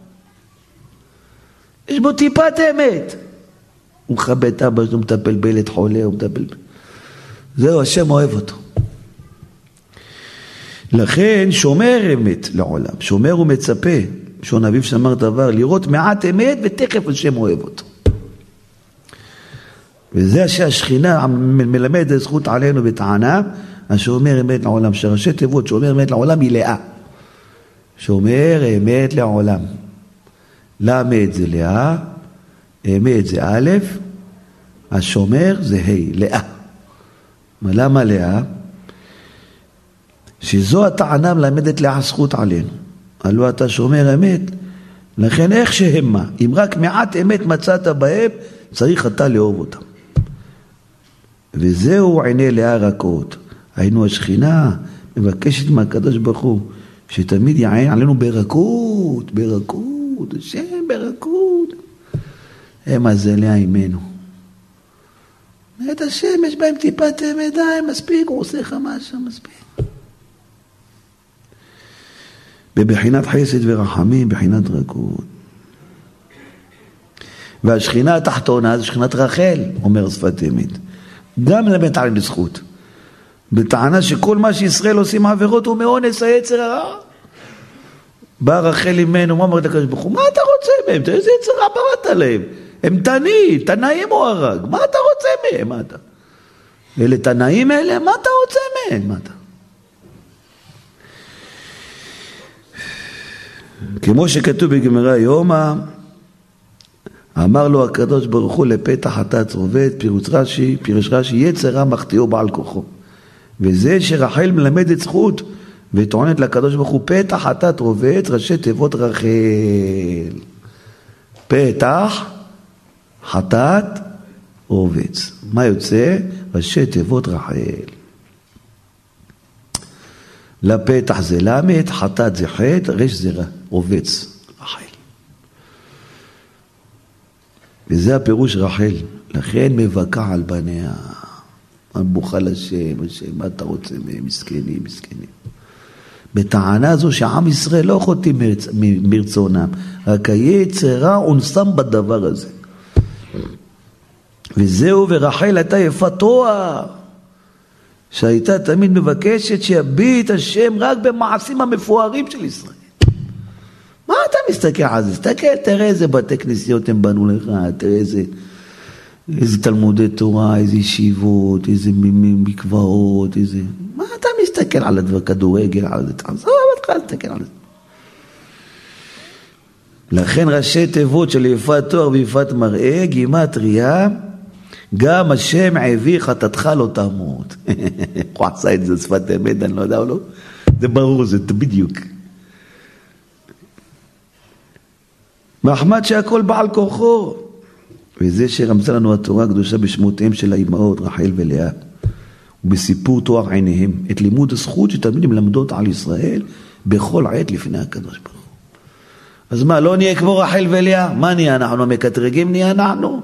יש בו טיפת אמת. הוא מכבד את אבא שלו, הוא מטפל בילד חולה, הוא מטפל... זהו, השם אוהב אותו. לכן שומר אמת לעולם. שומר ומצפה. שון אביב שאמר דבר, לראות מעט אמת ותכף השם אוהב אותו. וזה שהשכינה מלמד זכות עלינו בטענה, השומר אמת לעולם. שראשי תיבות שומר אמת לעולם היא לאה. שומר אמת לעולם. למד זה לאה, אמת זה א', השומר זה ה', לאה. למה לאה? שזו הטענה מלמדת לאה זכות עלינו. הלא אתה שומר אמת, לכן איך שהם מה? אם רק מעט אמת מצאת בהם, צריך אתה לאהוב אותם. וזהו עיני לאה רכות. היינו השכינה, מבקשת מהקדוש ברוך הוא, שתמיד יעין עלינו ברכות, ברכות, השם ברכות. המה זה לאה עימנו. את השם יש בהם טיפת אמת, די, מספיק, הוא עושה לך משהו, מספיק. בבחינת חסד ורחמים, בחינת רכות. והשכינה התחתונה זה שכינת רחל, אומר שפת אמת. גם למד עליהם לזכות. בטענה שכל מה שישראל עושים עבירות הוא מאונס היצר הרע. בא רחל אימנו, מה אומרת הקדוש ברוך הוא? מה אתה רוצה מהם? איזה יצר רע בראת להם? הם תנאים או הרג? מה אתה רוצה מהם? מה אתה? אלה תנאים אלה? מה אתה רוצה מהם? מה אתה? כמו שכתוב בגמרא יומא, אמר לו הקדוש ברוך הוא לפתח חטאת רובד, פירוש רש"י, יצר רע מחטיאו בעל כוחו. וזה שרחל מלמדת זכות וטוענת לקדוש ברוך הוא פתח חטאת רובד, ראשי תיבות רחל. פתח חטאת רובץ. מה יוצא? ראשי תיבות רחל. לפתח זה למד, חטאת זה חטא, רש זה רובץ, רחל. וזה הפירוש רחל. לכן מבקע על בניה. בוכה לשם, השם, מה אתה רוצה מהם? מסכנים, מסכנים. בטענה זו שעם ישראל לא חוטאים מרצונם, רק היצר רע אונסם בדבר הזה. וזהו, ורחל הייתה יפת תואר, שהייתה תמיד מבקשת שיביט השם רק במעשים המפוארים של ישראל. מה אתה מסתכל על זה? תסתכל, תראה איזה בתי כנסיות הם בנו לך, תראה איזה תלמודי תורה, איזה ישיבות, איזה מקוואות, איזה... מה אתה מסתכל על הדבר, כדורגל, על זה? תעזוב אותך, תסתכל על זה. לכן ראשי תיבות של יפת תואר ויפת מראה, גימטריה, גם השם עבי חטאתך לא תמות. הוא עשה את זה שפת אמת, אני לא יודע או לא. זה ברור, זה בדיוק. מחמד שהכל בעל כוחו. וזה שרמזה לנו התורה הקדושה בשמותיהם של האימהות, רחל ולאה. ובסיפור תואר עיניהם. את לימוד הזכות שתמיד מלמדות על ישראל בכל עת לפני הקדוש ברוך הוא. אז מה, לא נהיה כמו רחל ולאה? מה נהיה אנחנו? מקטרגים נהיה אנחנו?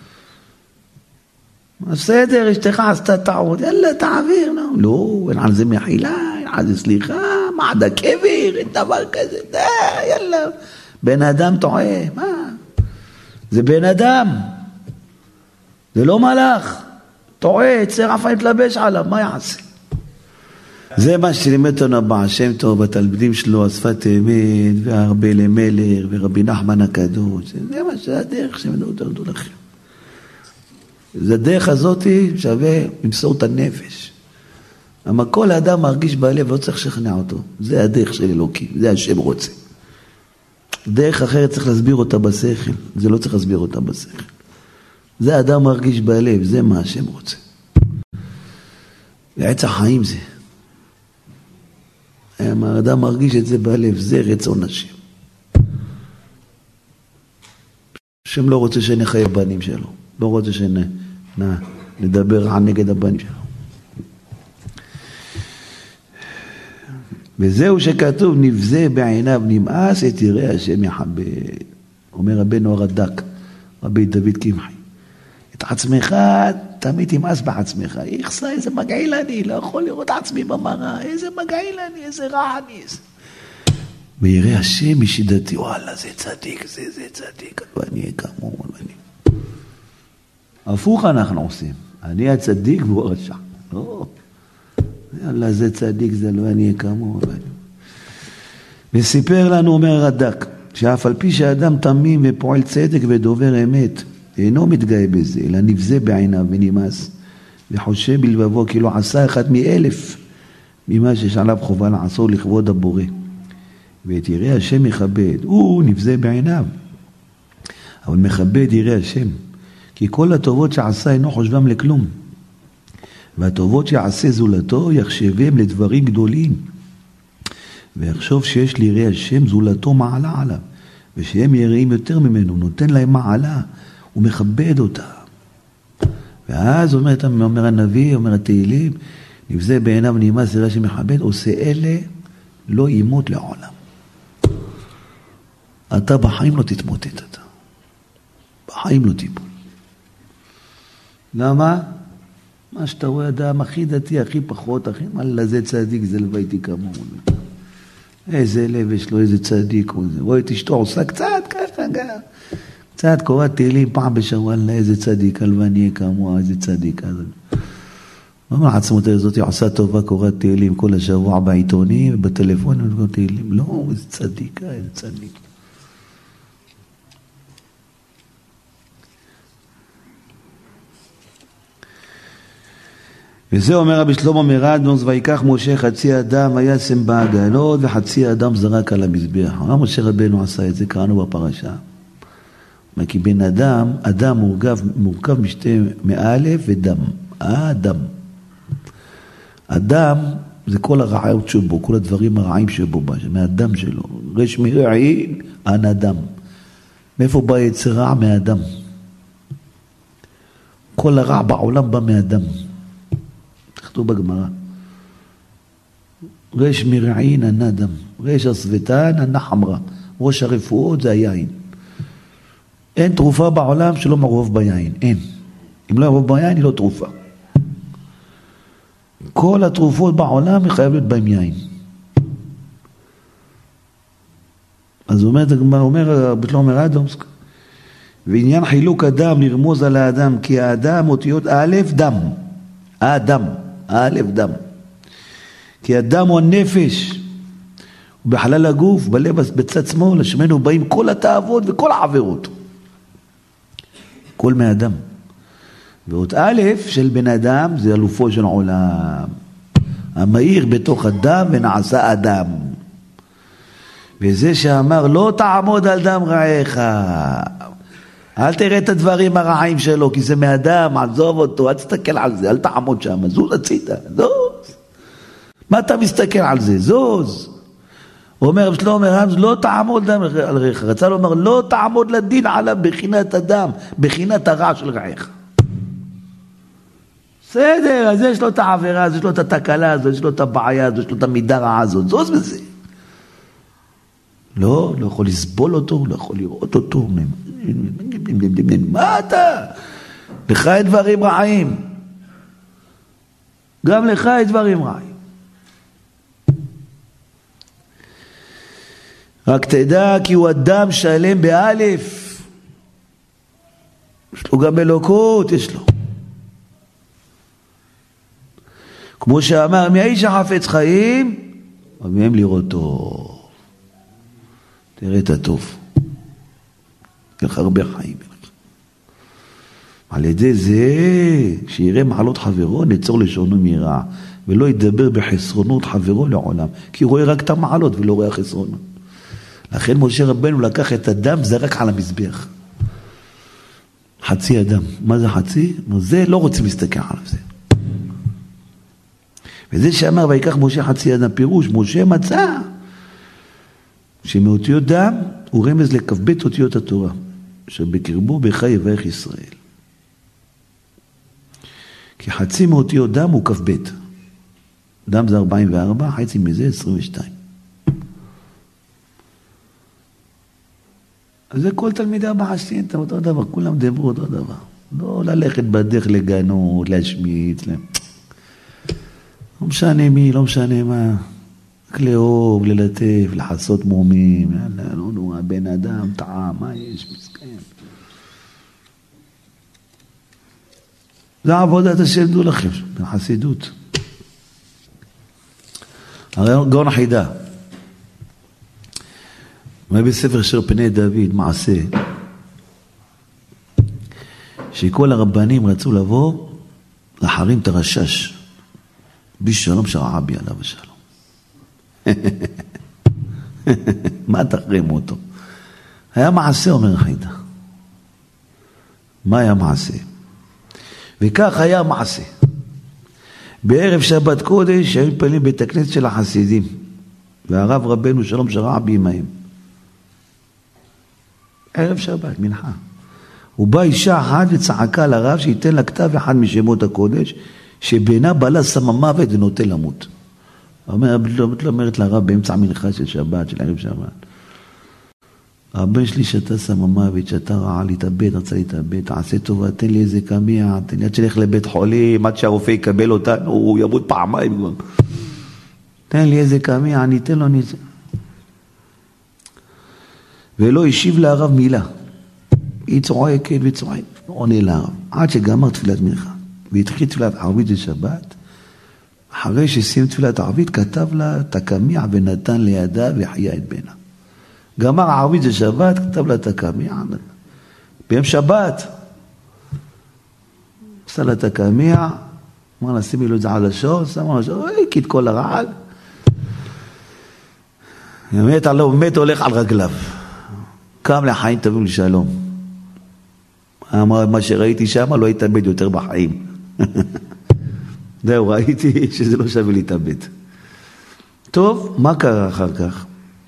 בסדר, אשתך עשתה טעות, יאללה תעביר, לא, אין על זה מחילה, אין על זה סליחה, מה עד הקבר, אין דבר כזה, יאללה, בן אדם טועה, מה? זה בן אדם, זה לא מלאך, טועה, יצר אף יתלבש עליו, מה יעשה? זה מה שלימד אותנו הבעל שם טוב, התלמידים שלו, השפת אמת, והרבה למלך, ורבי נחמן הקדוש, זה מה שהדרך שמדעו לכם. זה הדרך הזאת שווה למסור את הנפש. אבל כל האדם מרגיש בלב, לא צריך לשכנע אותו. זה הדרך של אלוקים, זה השם רוצה. דרך אחרת צריך להסביר אותה בשכל, זה לא צריך להסביר אותה בשכל. זה האדם מרגיש בלב, זה מה השם רוצה. ועץ החיים זה. האדם מרגיש את זה בלב, זה רצון השם. השם לא רוצה שנחייב בנים שלו. לא רוצה שנדבר נגד הבנים שלו. וזהו שכתוב, נבזה בעיניו נמאס, את יראה השם יחבד. אומר רבנו הרד"ק, רבי דוד קמחי. את עצמך, תמיד תמאס בעצמך. יחסה, איזה מגעיל אני, לא יכול לראות עצמי במראה. איזה מגעיל אני, איזה רע אני. ויראה השם משידתי, וואלה, זה צדיק, זה צדיק. ואני אהיה כמוהו, ואני... הפוך אנחנו עושים. אני הצדיק והוא הרשע. לא. יאללה, זה צדיק, זה לא אני כמוהו. וסיפר לנו, אומר הרד"ק, שאף על פי שאדם תמים ופועל צדק ודובר אמת, אינו מתגאה בזה, אלא נבזה בעיניו ונמאס, וחושב בלבבו כאילו עשה אחד מ1,000 ממה שיש עליו חובה לעשות לכבוד הבורא. ואת יראה השם יכבד. הוא נבזה בעיניו, אבל מכבד יראה השם. כי כל הטובות שעשה אינו חושבם לכלום. והטובות שעשה זולתו יחשבם לדברים גדולים. ויחשוב שיש ליראה השם זולתו מעלה עליו. ושהם יראים יותר ממנו, נותן להם מעלה. הוא מכבד אותה. ואז אומר הנביא, אומר התהילים, נבזה בעיניו נמאס יראה השם מכבד, עושה אלה לא ימות לעולם. אתה בחיים לא תתמוטט אתה. בחיים לא תיפול. למה? מה שאתה רואה אדם הכי דתי, הכי פחות, הכי מה זה צדיק, זה לב הייתי כמוהו. איזה לב יש לו, איזה צדיק הוא זה. רואה את אשתו עושה קצת ככה גם. קצת קוראת תהילים פעם בשבוע, איזה צדיק, הלבני כמוהו, איזה צדיק. מה העצמות הזאת עושה טובה, קוראת תהילים כל השבוע בעיתונים ובטלפונים, וקוראת תהילים. לא, איזה צדיק, איזה צדיק. וזה אומר רבי שלמה מרדנוס, ויקח משה חצי אדם וישם בעגלות וחצי אדם זרק על המזבח. מה משה רבנו עשה את זה? קראנו בפרשה. כי בן אדם מורכב משתי מאלף ודם. האדם. אדם זה כל הרעיות שבו, כל הדברים הרעים שבו, מהאדם שלו. רש מרעין, אדם. מאיפה בא יצר רע? מהאדם. כל הרע בעולם בא מהאדם. תכתוב בגמרא. רש מרעין הנדם, רש הסבטן הנחמרה. ראש הרפואות זה היין. אין תרופה בעולם שלא מרוב ביין, אין. אם לא ירוב ביין היא לא תרופה. כל התרופות בעולם היא חייבת להיות בהם יין. אז אומר בתלום מרדומסק, ועניין חילוק אדם נרמוז על האדם, כי האדם אותיות א' דם. האדם, א' דם. כי הדם הוא הנפש, הוא בחלל הגוף, בלב בצד שמאל, שמנו באים כל התאוות וכל העבירות. כל מאדם. ואות א' של בן אדם זה אלופו של עולם. המאיר בתוך הדם ונעשה אדם. וזה שאמר לא תעמוד על דם רעיך. אל תראה את הדברים הרעים שלו, כי זה מאדם, עזוב אותו, אל תסתכל על זה, אל תעמוד שם, זוז הצידה, זוז. מה אתה מסתכל על זה? זוז. הוא אומר, שלמה רמז, לא תעמוד דם על רעיך. רצה לומר, לא תעמוד לדין עליו בחינת הדם, בחינת הרע של רעיך. בסדר, אז יש לו את העבירה, אז יש לו את התקלה הזאת, יש לו את הבעיה הזאת, יש לו את המידה רעה הזאת, זוז בזה. לא יכול לסבול אותו, לא יכול לראות אותו. מה אתה? לך אין דברים רעים. גם לך אין דברים רעים. רק תדע כי הוא אדם שלם באלף. יש לו גם אלוקות, יש לו. כמו שאמר, מי האיש החפץ חיים? ומהם לראותו. תראה את הטוב. יש לך הרבה חיים. על ידי זה, שיראה מעלות חברו, נצור לשונו מרע, ולא ידבר בחסרונות חברו לעולם, כי הוא רואה רק את המעלות ולא רואה חסרונות. לכן משה רבנו לקח את הדם, זרק על המזבח. חצי אדם. מה זה חצי? זה לא רוצים להסתכל עליו זה. וזה שאמר, ויקח משה חצי אדם, פירוש, משה מצא, שמאותיות דם הוא רמז לכ"ב אותיות התורה, שבקרבו בך יברך ישראל. כי חצי מאותיות דם הוא כ"ב. דם זה 44, חצי מזה 22. אז זה כל תלמידי הבחסין, אותו דבר, כולם דברו אותו דבר. לא ללכת בדרך לגנות, להשמיץ, לא משנה מי, לא משנה מה. רק לאהוב, ללטף, לחסות מומים, לא, הבן אדם, טעה, מה יש, מסכן. זה עבודת השם, דעו לכם, בחסידות. הרי גאון החידה. בספר שר פני דוד, מעשה, שכל הרבנים רצו לבוא להחרים את הרשש, בשלום שרעבי עליו השלום. מה תחרימו אותו? היה מעשה, אומר החידה. מה היה מעשה? וכך היה מעשה. בערב שבת קודש היו מתפללים בית הכנסת של החסידים, והרב רבנו שלום שרעבי עמהם. ערב שבת, מנחה. הוא בא אישה אחת וצעקה לרב שייתן לה כתב אחד משמות הקודש, שבינה בעלה שמה מוות ונוטה למות. אומרת לרב באמצע מנחה של שבת, של ערב שבת. הבן שלי שאתה שמה מוות, שאתה רעה להתאבד, רצה להתאבד, תעשה טובה, תן לי איזה קמיע, תן לי עד שלך לבית חולים, עד שהרופא יקבל אותנו, הוא ימות פעמיים. תן לי איזה קמיע, אני אתן לו ניסה. ולא השיב להרב מילה. היא צועקת וצועקת, עונה להרב. עד שגמר תפילת מנחה. והתחיל תפילת ערבית לשבת. אחרי שסיים תפילת ערבית, כתב לה תקמיע ונתן לידה וחיה את בנה. גמר ערבית לשבת, כתב לה תקמיע. ביום שבת, עשה לה תקמיע, אמר לה, שימי לו את זה על השור, שמה על השור, כי את כל הרעל. מת הולך על רגליו. קם לחיים טובים לשלום. אמר, מה שראיתי שם לא התאבד יותר בחיים. זהו, ראיתי שזה לא שווה להתאבד. טוב, מה קרה אחר כך?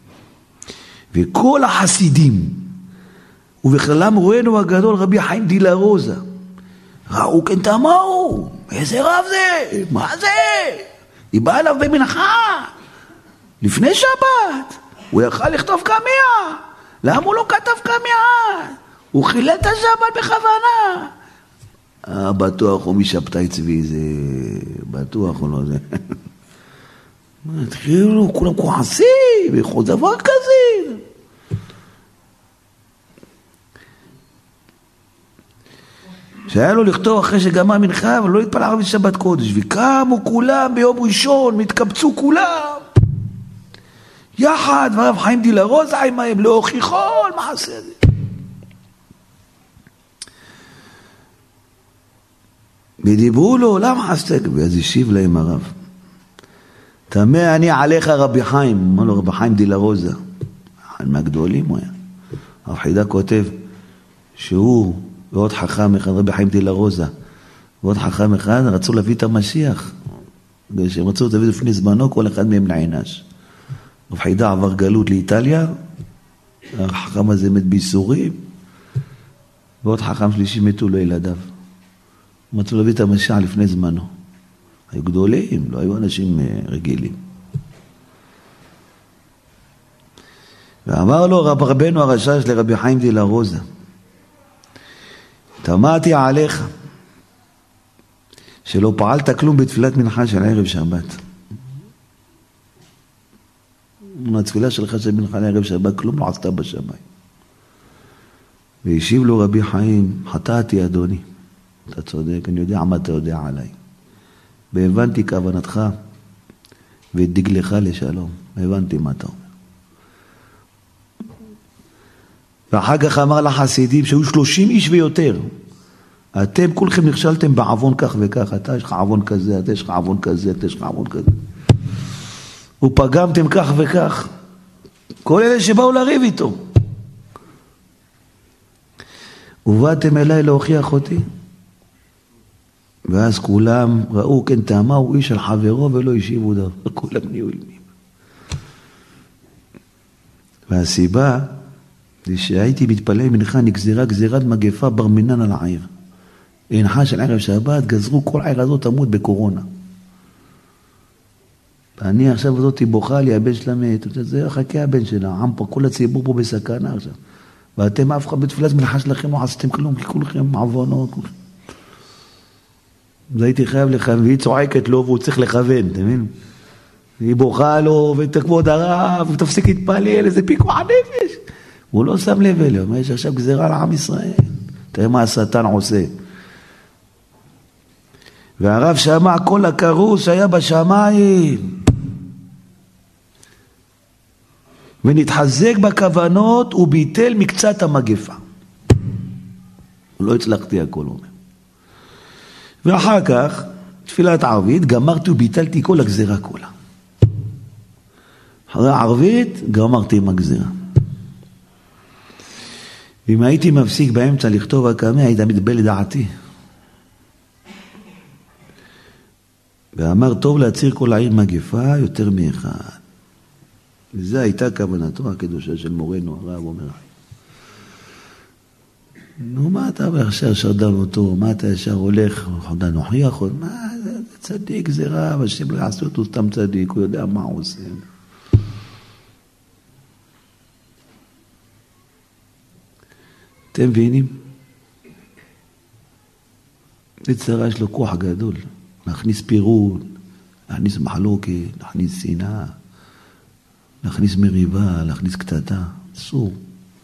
וכל החסידים, ובכללם רואינו הגדול רבי חיים דילה רוזה, ראו כן תמהו, איזה רב זה? מה זה? היא באה אליו במנחה, לפני שבת, הוא יכל לכתוב קמיע. למה הוא לא כתב קמיע? הוא חילל את השבת בכוונה. בטוח הוא משבתאי צבי זה, בטוח הוא לא זה. התחילו כולם כועסים, יכול דבר כזה. שהיה לו לכתוב אחרי שגמר מנחה, אבל לא להתפלל ערבית שבת קודש, וקמו כולם ביום ראשון, מתקבצו כולם, יחד, והרב חיים דילרוזה עמהם להוכיחו על מעשה הזה. ודיברו לו, למה עשת? ואז השיב להם הרב, תמה אני עליך רבי חיים, אמר לו רבי חיים דילרוזה, אחד מהגדולים הוא היה. הרב חידה כותב שהוא ועוד חכם אחד, רבי חיים דילרוזה, ועוד חכם אחד רצו להביא את המשיח, כשהם רצו להביא לפני זמנו, כל אחד מהם נענש. רב חידה עבר גלות לאיטליה, החכם הזה מת בייסורים, ועוד חכם שלישי מתו לו ילדיו. רצו להביא את המשיח לפני זמנו. היו גדולים, לא היו אנשים רגילים. ואמר לו רבנו הרשש לרבי חיים דילרוזה, תמהתי עליך שלא פעלת כלום בתפילת מנחה של ערב שבת. התפילה שלך של מנחה לערב שבת כלום לא עשתה בשמיים. והשיב לו רבי חיים, חטאתי אדוני, אתה צודק, אני יודע מה אתה יודע עליי, והבנתי כוונתך ואת דגלך לשלום, הבנתי מה אתה אומר. ואחר כך אמר לחסידים שהיו 30 איש ויותר, אתם כולכם נכשלתם בעוון כך וכך, אתה יש לך עוון כזה, אתה יש לך עוון כזה, אתה יש לך עוון כזה, ופגמתם כך וכך, כל אלה שבאו לריב איתו, ובאתם אליי להוכיח אותי. ואז כולם ראו, כן, תאמה הוא איש על חברו ולא השיבו דבר, כולם נהיו אילמים. והסיבה זה שהייתי מתפלל מנחה, נגזרה גזירת מגפה בר מינן על העיר. מנחה של ערב שבת, גזרו כל העיר הזאת תמות בקורונה. ואני עכשיו הזאת בוכה לי, הבן שלה מת, זה חכה הבן שלה, העם פה, כל הציבור פה בסכנה עכשיו. ואתם אף אחד בתפילת מנחה שלכם לא עשיתם כלום, כי כולכם עוונות. אז הייתי חייב לכוון, והיא צועקת לו והוא צריך לכוון, אתה מבין? היא בוכה לו, ותכבוד הרב, ותפסיק להתפלל, איזה פיקוח נפש. הוא לא שם לב אליה, אומר, יש עכשיו גזירה לעם ישראל. תראה מה השטן עושה. והרב שמע כל הכרוש היה בשמיים. ונתחזק בכוונות וביטל מקצת המגפה. לא הצלחתי הכל, אומר. ואחר כך, תפילת ערבית, גמרתי וביטלתי כל הגזירה כולה. אחרי הערבית, גמרתי עם הגזירה. ואם הייתי מפסיק באמצע לכתוב הקמה, היית מתבל לדעתי. ואמר, טוב להציר כל העיר מגפה יותר מאחד. וזו הייתה כוונתו הקדושה של מורנו, הרב אומר. נו, מה אתה עכשיו שרדל אותו? מה אתה ישר הולך? חודה נוכיח עוד? מה, זה צדיק, זה רב, השם לא יעשו אותו סתם צדיק, הוא יודע מה הוא עושה. אתם מבינים? לצרה יש לו כוח גדול, להכניס פירוד, להכניס מחלוקת, להכניס שנאה, להכניס מריבה, להכניס קטטה, אסור.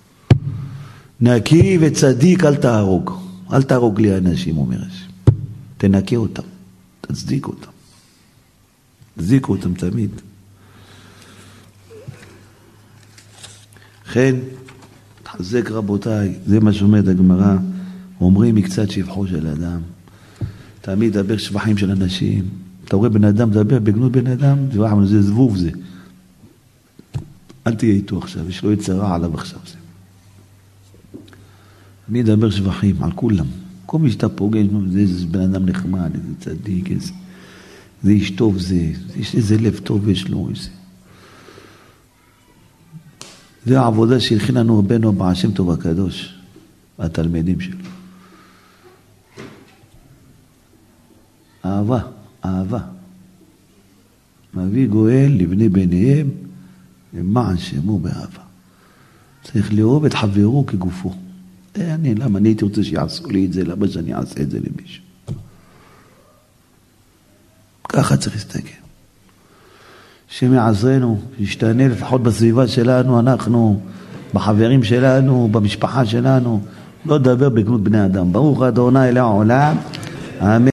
נקי וצדיק אל תהרוג, אל תהרוג לי אנשים, אומר השם. תנקה אותם, תצדיק אותם. תצדיקו אותם תמיד. לכן, תחזק רבותיי, זה מה שאומרת הגמרא, אומרים מקצת שבחו של אדם. תמיד דבר שבחים של אנשים. אתה רואה בן אדם, דבר בגנות בן אדם, זה זבוב זה. אל תהיה איתו עכשיו, יש לו יצרה עליו עכשיו זה. מי ידבר שבחים על כולם? כל מי שאתה פוגש, זה בן אדם נחמד, זה צדיק, זה איש טוב, איזה לב טוב יש לו, זה העבודה שהלחין לנו רבנו הבעל שם טוב הקדוש, התלמידים שלו. אהבה, אהבה. מביא גואל לבני ביניהם, למען שמו באהבה. צריך לאהוב את חברו כגופו. למה אני הייתי רוצה שיעשו לי את זה, למה שאני אעשה את זה למישהו? ככה צריך להסתכל. שמעזרנו, שישתנה לפחות בסביבה שלנו, אנחנו, בחברים שלנו, במשפחה שלנו, לא לדבר בגנות בני אדם. ברוך ה' לעולם, אמן.